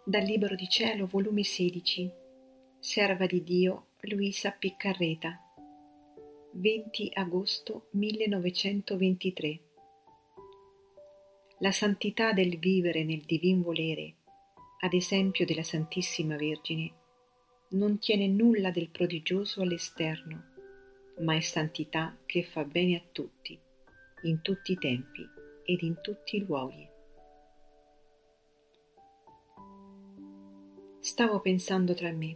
Dal Libro di Cielo, volume 16, Serva di Dio Luisa Piccarreta, 20 agosto 1923. La santità del vivere nel divin volere, ad esempio della Santissima Vergine, non tiene nulla del prodigioso all'esterno, ma è santità che fa bene a tutti, in tutti i tempi ed in tutti i luoghi. Stavo pensando tra me.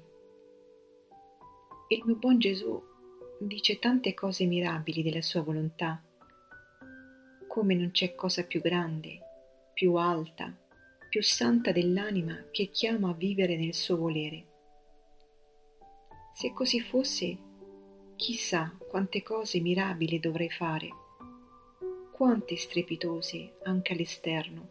Il mio buon Gesù dice tante cose mirabili della sua volontà, come non c'è cosa più grande, più alta, più santa dell'anima che chiama a vivere nel suo volere. Se così fosse, chissà quante cose mirabili dovrei fare, quante strepitose anche all'esterno.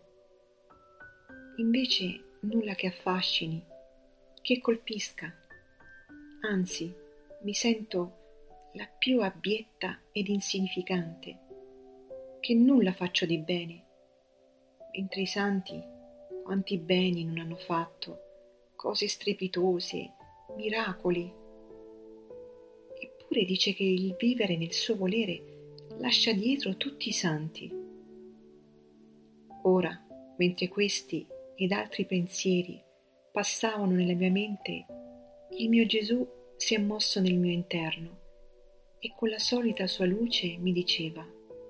Invece nulla che affascini, che colpisca. Anzi, mi sento la più abbietta ed insignificante, che nulla faccio di bene, mentre i santi quanti beni non hanno fatto, cose strepitose, miracoli. Eppure dice che il vivere nel suo volere lascia dietro tutti i santi. Ora, mentre questi ed altri pensieri passavano nella mia mente, il mio Gesù si è mosso nel mio interno e con la solita sua luce mi diceva: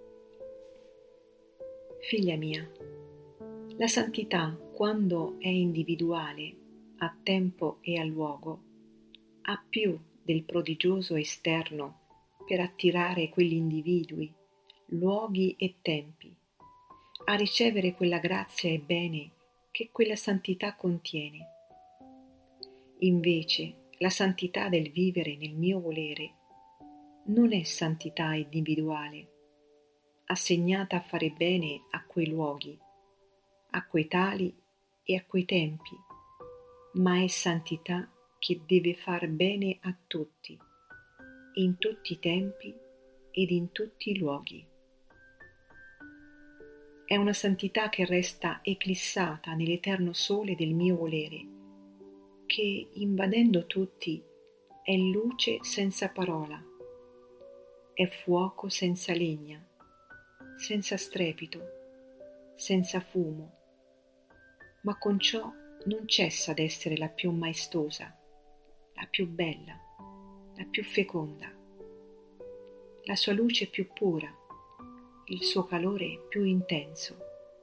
Figlia mia, la santità, quando è individuale, a tempo e a luogo, ha più del prodigioso esterno per attirare quegli individui, luoghi e tempi a ricevere quella grazia e bene che quella santità contiene. Invece, la santità del vivere nel mio volere non è santità individuale, assegnata a fare bene a quei luoghi, a quei tali e a quei tempi, ma è santità che deve far bene a tutti, in tutti i tempi ed in tutti i luoghi. È una santità che resta eclissata nell'eterno sole del mio volere, che, invadendo tutti, è luce senza parola, è fuoco senza legna, senza strepito, senza fumo, ma con ciò non cessa d'essere la più maestosa, la più bella, la più feconda. La sua luce più pura, il suo calore più intenso.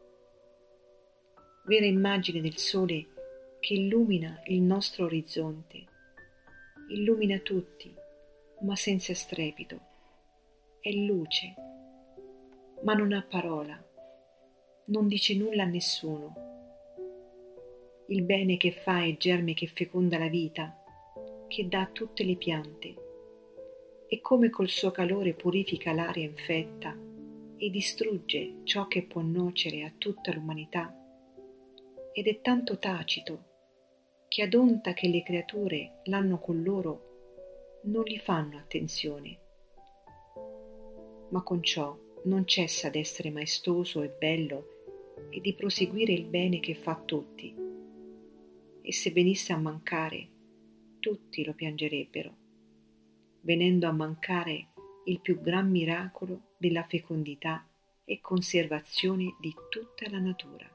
Vera immagine del sole che illumina il nostro orizzonte, illumina tutti, ma senza strepito. È luce, ma non ha parola, non dice nulla a nessuno. Il bene che fa è germe che feconda la vita, che dà a tutte le piante, e come col suo calore purifica l'aria infetta e distrugge ciò che può nuocere a tutta l'umanità, ed è tanto tacito che ad onta che le creature l'hanno con loro non gli fanno attenzione, ma con ciò non cessa d'essere maestoso e bello e di proseguire il bene che fa a tutti, e se venisse a mancare tutti lo piangerebbero, venendo a mancare il più gran miracolo della fecondità e conservazione di tutta la natura.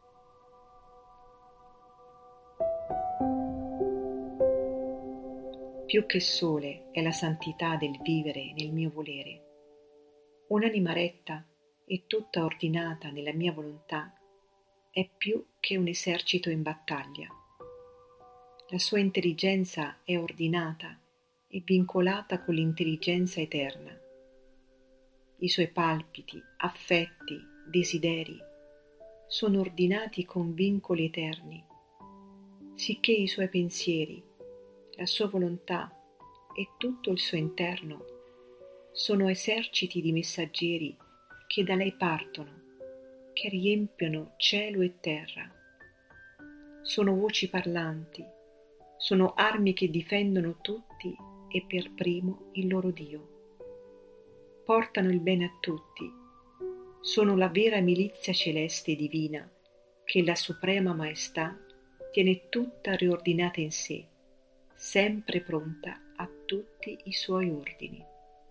Più che sole è la santità del vivere nel mio volere. Un'anima retta e tutta ordinata nella mia volontà è più che un esercito in battaglia. La sua intelligenza è ordinata e vincolata con l'intelligenza eterna. I suoi palpiti, affetti, desideri sono ordinati con vincoli eterni, sicché i suoi pensieri, la sua volontà e tutto il suo interno sono eserciti di messaggeri che da lei partono, che riempiono cielo e terra. Sono voci parlanti, sono armi che difendono tutti e per primo il loro Dio. Portano il bene a tutti, sono la vera milizia celeste e divina che la suprema maestà tiene tutta riordinata in sé, sempre pronta a tutti i suoi ordini.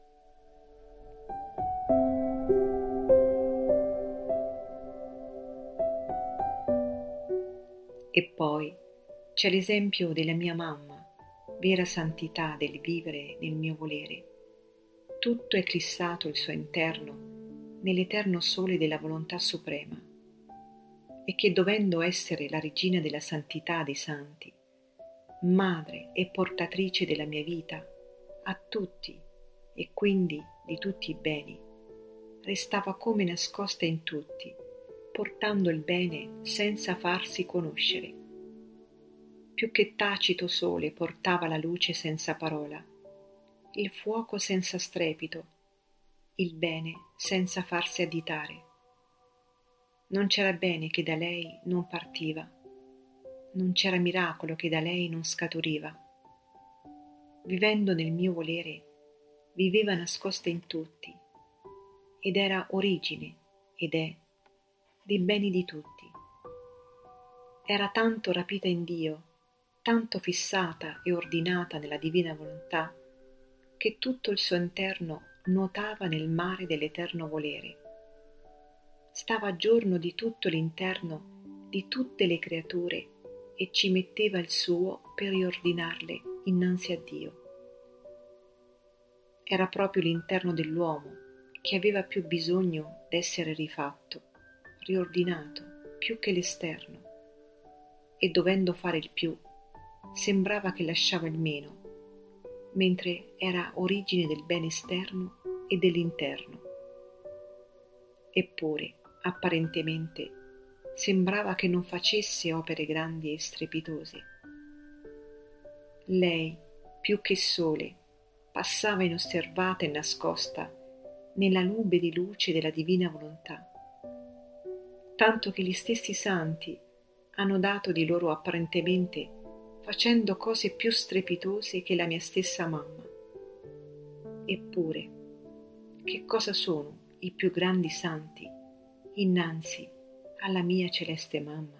E poi c'è l'esempio della mia mamma, vera santità del vivere nel mio volere. Tutto è clissato il suo interno nell'eterno sole della volontà suprema, e che dovendo essere la regina della santità dei santi, madre e portatrice della mia vita a tutti e quindi di tutti i beni, restava come nascosta in tutti, portando il bene senza farsi conoscere. Più che tacito sole portava la luce senza parola, il fuoco senza strepito, il bene senza farsi additare. Non c'era bene che da lei non partiva, non c'era miracolo che da lei non scaturiva. Vivendo nel mio volere, viveva nascosta in tutti, ed era origine, ed è, dei beni di tutti. Era tanto rapita in Dio, tanto fissata e ordinata nella divina volontà, che tutto il suo interno nuotava nel mare dell'eterno volere. Stava a giorno di tutto l'interno di tutte le creature e ci metteva il suo per riordinarle innanzi a Dio. Era proprio l'interno dell'uomo che aveva più bisogno d'essere rifatto, riordinato, più che l'esterno, e dovendo fare il più, sembrava che lasciava il meno, mentre era origine del bene esterno e dell'interno. Eppure, apparentemente, sembrava che non facesse opere grandi e strepitose. Lei, più che sole, passava inosservata e nascosta nella nube di luce della divina volontà, tanto che gli stessi santi hanno dato di loro apparentemente facendo cose più strepitose che la mia stessa mamma. Eppure, che cosa sono i più grandi santi innanzi alla mia celeste mamma?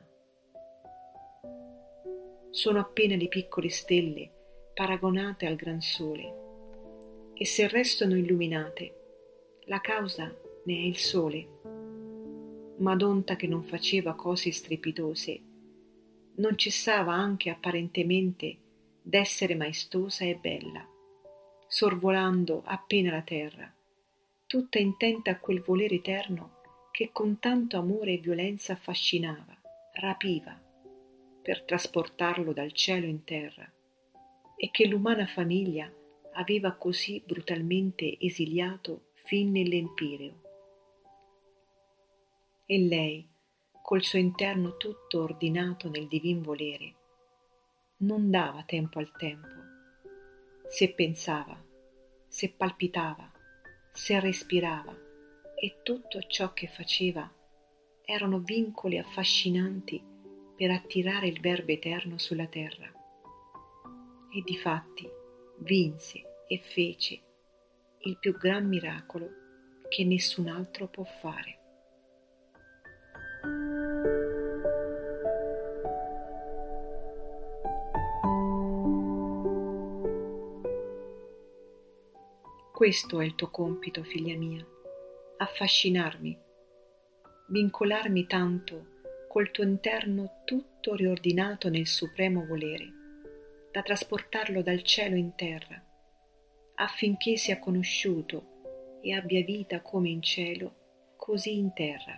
Sono appena le piccole stelle paragonate al gran sole, e se restano illuminate, la causa ne è il sole. Madonta che non faceva cose strepitose, non cessava anche apparentemente d'essere maestosa e bella, sorvolando appena la terra, tutta intenta a quel volere eterno che con tanto amore e violenza affascinava, rapiva, per trasportarlo dal cielo in terra, e che l'umana famiglia aveva così brutalmente esiliato fin nell'empireo. E lei, col suo interno tutto ordinato nel divin volere, non dava tempo al tempo. Se pensava, se palpitava, se respirava, e tutto ciò che faceva erano vincoli affascinanti per attirare il Verbo eterno sulla terra. E difatti vinse e fece il più gran miracolo che nessun altro può fare. Questo è il tuo compito, figlia mia, affascinarmi, vincolarmi tanto col tuo interno tutto riordinato nel supremo volere, da trasportarlo dal cielo in terra, affinché sia conosciuto e abbia vita come in cielo, così in terra.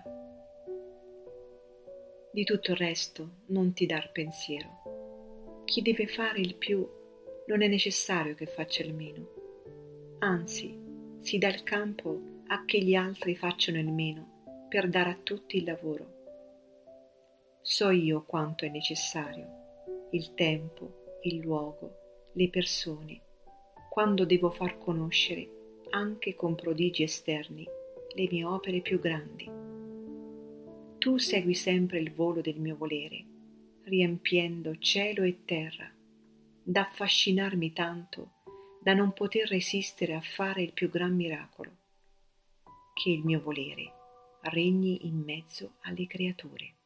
Di tutto il resto non ti dar pensiero. Chi deve fare il più non è necessario che faccia il meno. Anzi, si dà il campo a che gli altri facciano il meno per dare a tutti il lavoro. So io quanto è necessario, il tempo, il luogo, le persone, quando devo far conoscere, anche con prodigi esterni, le mie opere più grandi. Tu segui sempre il volo del mio volere, riempiendo cielo e terra, da affascinarmi tanto da non poter resistere a fare il più gran miracolo, che il mio volere regni in mezzo alle creature.